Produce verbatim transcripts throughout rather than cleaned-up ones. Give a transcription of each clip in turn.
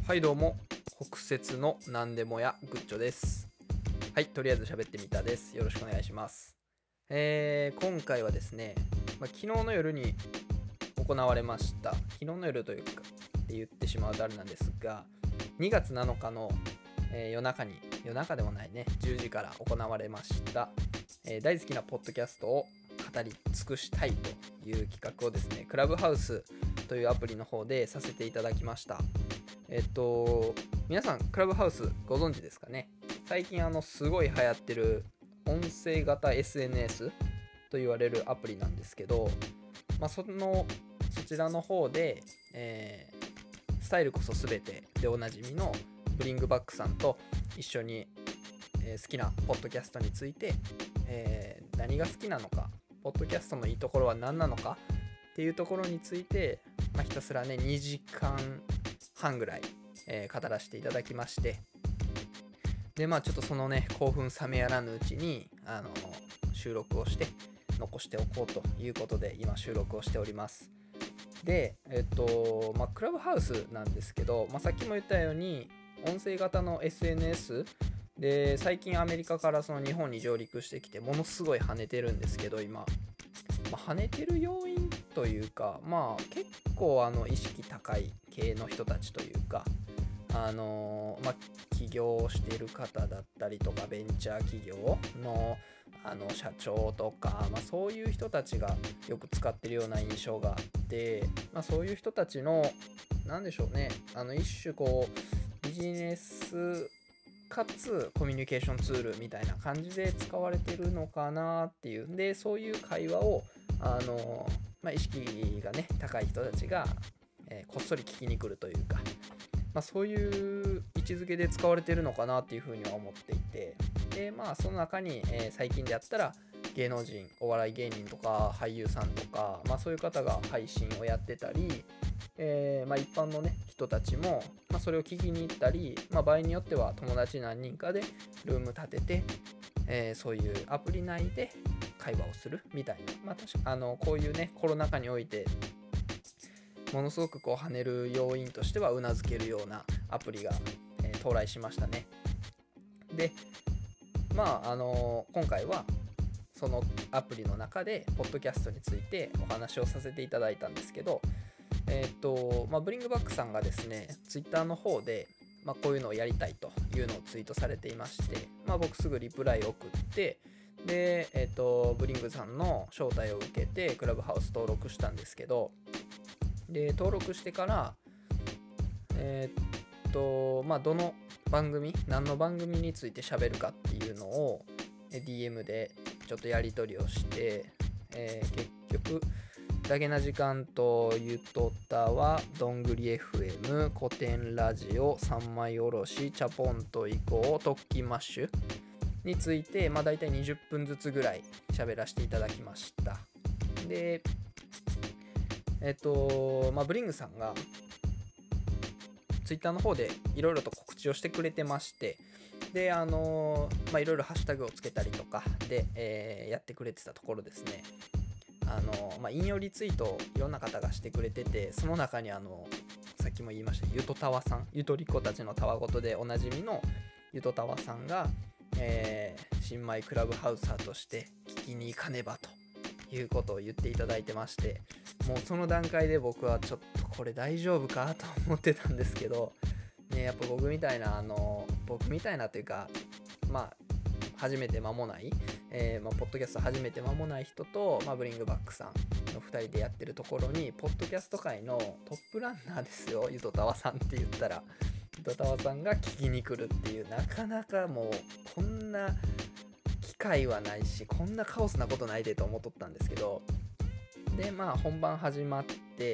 はいどうも、北節のなんでもやグッチョです。はい、とりあえず喋ってみたです。よろしくお願いします。えー、今回はですね、まあ、昨日の夜に行われました、昨日の夜というかって言ってしまうとあれなんですが、にがつなのかの、えー夜中に、夜中でもないね、じゅうじから行われました、えー大好きなポッドキャストを語り尽くしたいという企画をですね、クラブハウスというアプリの方でさせていただきました。えっと、皆さん、クラブハウスご存知ですかね。最近、あの、すごい流行ってる音声型 エスエヌエス と言われるアプリなんですけど、まあ、その、そちらの方で、えースタイルこそ全てでおなじみのブリングバックさんと一緒に、えー好きなポッドキャストについて、えー何が好きなのか、ポッドキャストのいいところは何なのかっていうところについて、まあ、ひたすらね、にじかんはんぐらい、えー語らせていただきまして、でまあちょっとそのね興奮冷めやらぬうちにあの収録をして残しておこうということで今収録をしております。でえっとまあクラブハウスなんですけど、まあ、さっきも言ったように音声型の エスエヌエス で最近アメリカからその日本に上陸してきてものすごい跳ねてるんですけど今、まあ、跳ねてる要因というかまあ結構あの意識高い系の人たちというかあのーまあ、起業している方だったりとかベンチャー企業の、あの社長とか、まあ、そういう人たちがよく使ってるような印象があって、まあ、そういう人たちのなんでしょうねあの一種こうビジネスかつコミュニケーションツールみたいな感じで使われてるのかなっていうでそういう会話をあの、まあ、意識がね高い人たちが、えーこっそり聞きに来るというかまあ、そういう位置づけで使われているのかなっていうふうには思っていてでまあその中に、えー最近であったら芸能人お笑い芸人とか俳優さんとか、まあ、そういう方が配信をやってたり、えーまあ、一般のね人たちも、まあ、それを聞きに行ったり、まあ、場合によっては友達何人かでルーム立てて、えーそういうアプリ内で会話をするみたいな、まあ、確かあのこういうねコロナ禍においてものすごくこう跳ねる要因としてはうなずけるようなアプリが、えー到来しましたね。でまああのー今回はそのアプリの中でポッドキャストについてお話をさせていただいたんですけどえっ、とまあブリングバックさんがですねツイッターの方で、まあ、こういうのをやりたいというのをツイートされていまして、まあ、僕すぐリプライを送ってでえっ、とブリングさんの招待を受けてクラブハウス登録したんですけどで登録してからえーっとまあどの番組何の番組について喋るかっていうのをえ ディーエム でちょっとやり取りをして、えー結局ダゲな時間とゆとたはどんぐり エフエム 古典ラジオ三枚おろしチャポンと移行特訓マッシュについてまあ大体にじゅっぷんずつぐらい喋らせていただきました。でえっとまあブリングさんがツイッターの方でいろいろと告知をしてくれてましてであのーまあいろいろハッシュタグをつけたりとかで、えーやってくれてたところですねあのーまあ引用リツイートをいろんな方がしてくれててその中にあのさっきも言いましたゆとたわさんゆとりっ子たちのたわごとでおなじみのゆとたわさんが、えー新米クラブハウサーとして聞きに行かねばということを言っていただいてましてもうその段階で僕はちょっとこれ大丈夫かと思ってたんですけど、ね、やっぱ僕みたいなあの僕みたいなというかまあ初めて間もない、えーまあ、ポッドキャスト初めて間もない人と、まあ、ブリングバックさんのふたりでやってるところにポッドキャスト界のトップランナーですよゆとたわさんって言ったらゆとたわさんが聞きに来るっていうなかなかもうこんな機会はないしこんなカオスなことないでと思っとったんですけどでまあ本番始まって、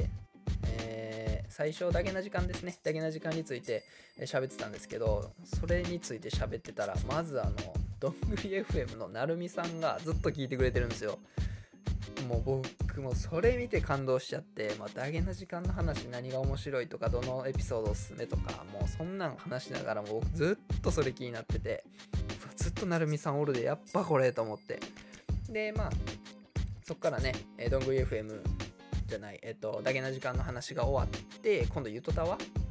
えー最初だけな時間ですねだけな時間についてえー喋ってたんですけどそれについて喋ってたらまずあのどんぐり エフエム のなるみさんがずっと聞いてくれてるんですよ。もう僕もそれ見て感動しちゃって、まあ、ダゲな時間の話何が面白いとかどのエピソードおすすめとかもうそんなん話しながらもうずっとそれ気になっててうわずっとなるみさんおるでやっぱこれと思ってでまあそっからね、えーどんぐり エフエム じゃない、えっと、ダゲな時間の話が終わって、今度ゆとたわ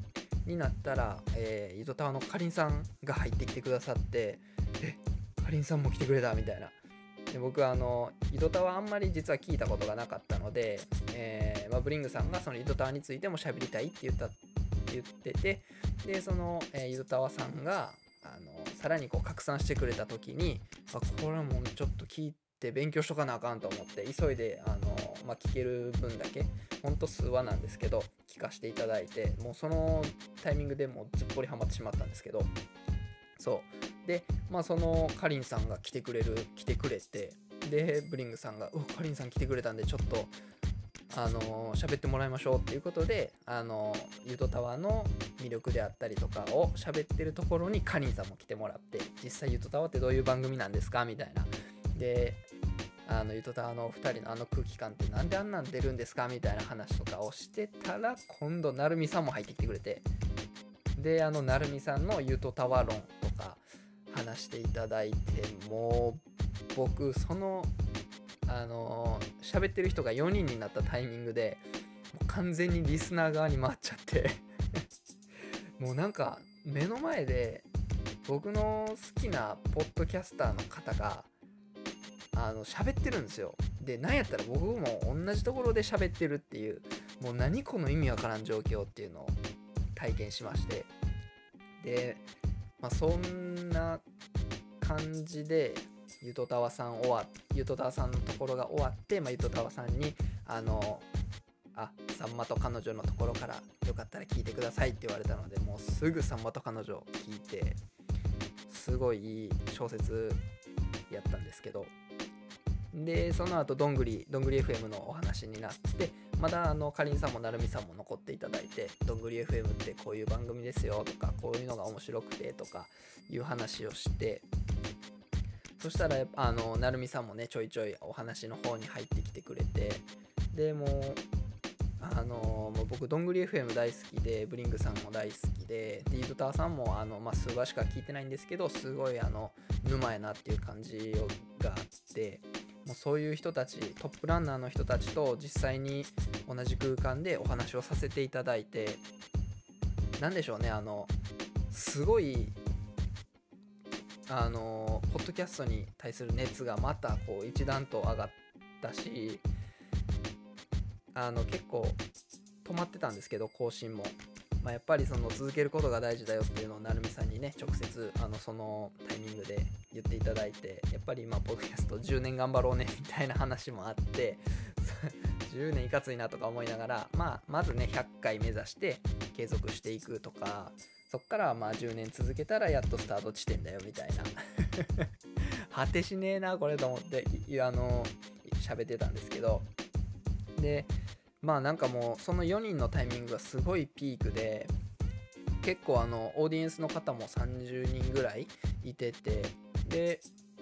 になったら、えー、ゆとたわのかりんさんが入ってきてくださって、えかりんさんも来てくれたみたいな。で僕はあのゆとたわあんまり実は聞いたことがなかったので、えーまあ、ブリングさんがそのゆとたわについても喋りたいって言った言ってて、でその、えー、ゆとたわさんがあのさらにこう拡散してくれた時に、あこれはもうちょっと聞いて勉強しとかなあかんと思って急いであの、まあ、聞ける分だけほんと数話なんですけど聞かせていただいて、もうそのタイミングでもうずっぽりハマってしまったんですけど、そうでまあそのかりんさんが来てくれる来てくれて、でブリングさんがうわかりんさん来てくれたんでちょっとあの喋ってもらいましょうっていうことで、あのゆとたわの魅力であったりとかを喋ってるところにかりんさんも来てもらって、実際ゆとたわってどういう番組なんですかみたいな、であのゆとたわのふたりのあの空気感ってなんであんなん出るんですかみたいな話とかをしてたら、今度なるみさんも入ってきてくれて、であのなるみさんのゆとたわ論とか話していただいて、もう僕そのあのー、喋ってる人がよにんになったタイミングでもう完全にリスナー側に回っちゃってもうなんか目の前で僕の好きなポッドキャスターの方があの喋ってるんですよ。でなんやったら僕も同じところで喋ってるっていう、もう何この意味わからん状況っていうのを体験しまして、で、まあ、そんな感じでゆとたわさん終わゆとたわさんのところが終わって、まあ、ゆとたわさんにあのあさんまと彼女のところからよかったら聞いてくださいって言われたので、もうすぐさんまと彼女聞いて、すごいいい小説やったんですけど、でその後どんぐりどんぐり エフエム のお話になって、まだあのかりんさんもなるみさんも残っていただいて、どんぐり エフエム ってこういう番組ですよとか、こういうのが面白くてとかいう話をして、そしたらあのなるみさんもねちょいちょいお話の方に入ってきてくれて、でもうあのもう僕どんぐり エフエム 大好きで、ブリングさんも大好きで、でゆとたわさんもあの、まあ、数話しか聞いてないんですけど、すごいあの沼やなっていう感じがあって、もうそういう人たちトップランナーの人たちと実際に同じ空間でお話をさせていただいて、なんでしょうね、あのすごいあのポッドキャストに対する熱がまたこう一段と上がったし、あの結構止まってたんですけど更新も、まあ、やっぱりその続けることが大事だよっていうのをなるみさんにね直接あのそのタイミングで言っていただいて、やっぱり今ポッドキャストじゅうねん頑張ろうねみたいな話もあってじゅうねんいかついなとか思いながら、まあ、まずねひゃっかい目指して継続していくとか、そっからまあじゅうねん続けたらやっとスタート地点だよみたいな果てしねえなこれと思ってあの喋ってたんですけど、でまあなんかもうそのよにんのタイミングがすごいピークで、結構あのオーディエンスの方もさんじゅうにんぐらいいてて、で、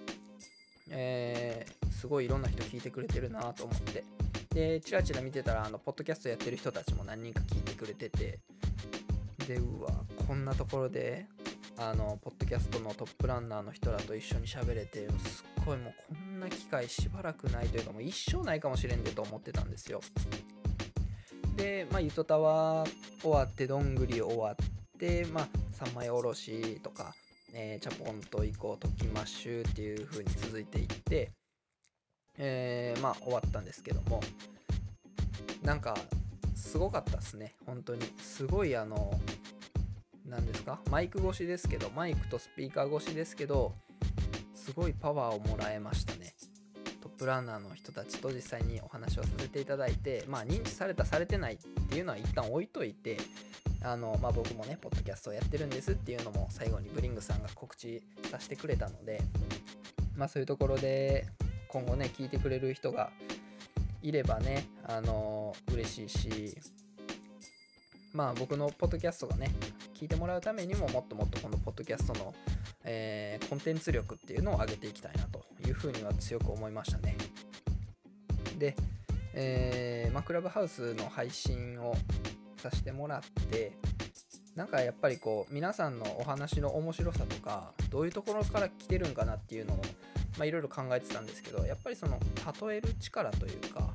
えー、すごいいろんな人聞いてくれてるなと思って、でチラチラ見てたらあのポッドキャストやってる人たちも何人か聞いてくれてて、でうわこんなところであのポッドキャストのトップランナーの人らと一緒に喋れて、すっごいもうこんな機会しばらくないというかもう一生ないかもしれんでと思ってたんですよ。で、まあ、ゆとたわ終わってどんぐり終わって、まあ、三枚おろしとか、えー、チャポンといこうときまっしゅっていう風に続いていって、えー、まあ終わったんですけども、なんかすごかったですね本当に。すごいあの何ですか、マイク越しですけど、マイクとスピーカー越しですけど、すごいパワーをもらえましたね。トップランナーの人たちと実際にお話をさせていただいて、まあ認知されたされてないっていうのは一旦置いといて、あの、まあ、僕もねポッドキャストをやってるんですっていうのも最後にブリングさんが告知させてくれたので、まあそういうところで今後ね聞いてくれる人がいればね、あの嬉しいし、まあ僕のポッドキャストがね聞いてもらうためにももっともっとこのポッドキャストの、えー、コンテンツ力っていうのを上げていきたいなというふうには強く思いましたね。で、えーまあ、クラブハウスの配信をさせてもらって、なんかやっぱりこう皆さんのお話の面白さとかどういうところから来てるんかなっていうのをまあいろいろ考えてたんですけど、やっぱりその例える力というか、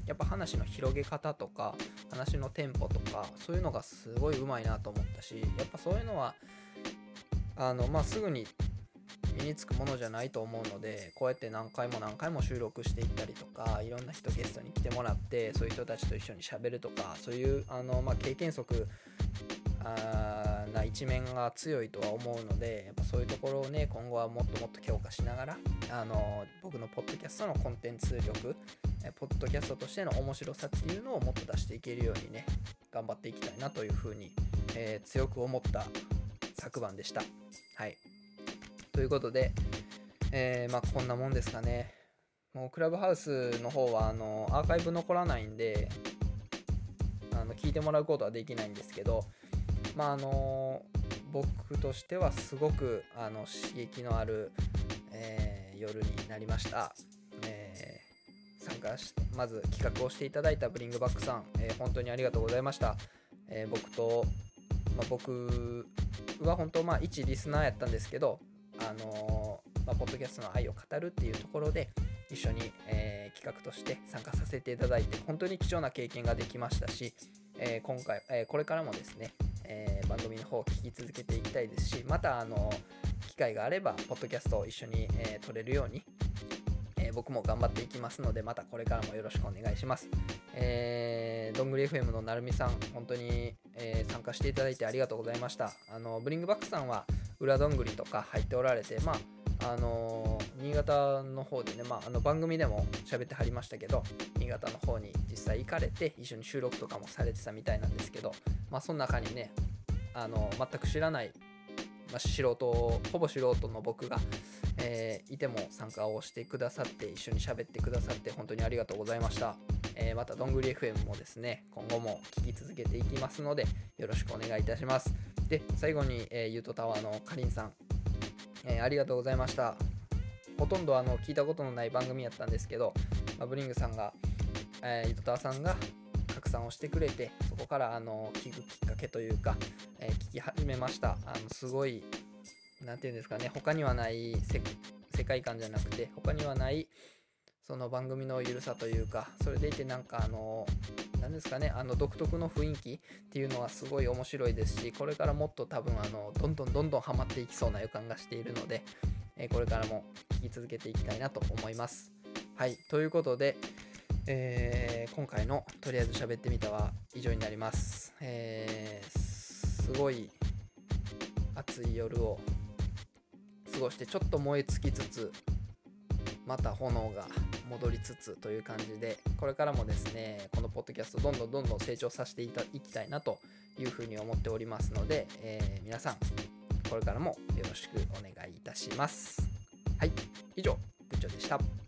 やっぱ話の広げ方とか話のテンポとかそういうのがすごい上手いなと思ったし、やっぱそういうのはあのまあすぐに身につくものじゃないと思うので、こうやって何回も何回も収録していったりとか、いろんな人ゲストに来てもらってそういう人たちと一緒に喋るとか、そういうあの、まあ、経験則あな一面が強いとは思うので、やっぱそういうところをね今後はもっともっと強化しながら、あの僕のポッドキャストのコンテンツ力、えポッドキャストとしての面白さっていうのをもっと出していけるようにね頑張っていきたいなというふうに、えー、強く思った昨晩でした。はい、ということで、えー、まあこんなもんですかね。もうクラブハウスの方はあのアーカイブ残らないんで、あの聞いてもらうことはできないんですけど、まああの僕としてはすごくあの刺激のある、えー、夜になりました。えー、参加してまず企画をしていただいたブリングバックさん、えー、本当にありがとうございました。えー、僕と、まあ、僕は本当まあ一リスナーやったんですけど、あのーまあ、ポッドキャストの愛を語るっていうところで一緒に、えー、企画として参加させていただいて本当に貴重な経験ができましたし、えー、今回、えー、これからもですね、えー、番組の方を聞き続けていきたいですし、またあの機会があればポッドキャストを一緒に、えー、撮れるように、えー、僕も頑張っていきますので、またこれからもよろしくお願いします。えー、どんぐり エフエム のなるみさん、本当に、えー、参加していただいてありがとうございました。あのブリングバックさんは裏どんぐりとか入っておられて、まああのー、新潟の方でね、まあ、あの番組でも喋ってはりましたけど、新潟の方に実際行かれて一緒に収録とかもされてたみたいなんですけど、まあ、その中にね、あの全く知らない、まあ、素人ほぼ素人の僕が、えー、いても参加をしてくださって一緒に喋ってくださって本当にありがとうございました。えー、またどんぐり エフエム もですね今後も聞き続けていきますのでよろしくお願いいたします。で最後に、えー、ゆうとタワーのかりんさん、えー、ありがとうございました。ほとんどあの聞いたことのない番組やったんですけど、まあ、ブリングさんが、えー、ゆとたわさんが拡散をしてくれて、そこからあの聞くきっかけというか、えー、聞き始めました。あのすごいなんていうんですかね、他にはない世界観じゃなくて他にはないその番組のゆるさというか、それでいてなんかあのなんですかね、あの独特の雰囲気っていうのはすごい面白いですし、これからもっと多分あのどんどんどんどんハマっていきそうな予感がしているので、えー、これからも聞き続けていきたいなと思います。はい、ということで、えー、今回のとりあえず喋ってみたは以上になります。えー、すごい暑い夜を過ごしてちょっと燃え尽きつつまた炎が戻りつつという感じで、これからもですねこのポッドキャストどんどんどんどん成長させていたいきたいなというふうに思っておりますので、えー、皆さんこれからもよろしくお願いいたします。はい、以上グッチョでした。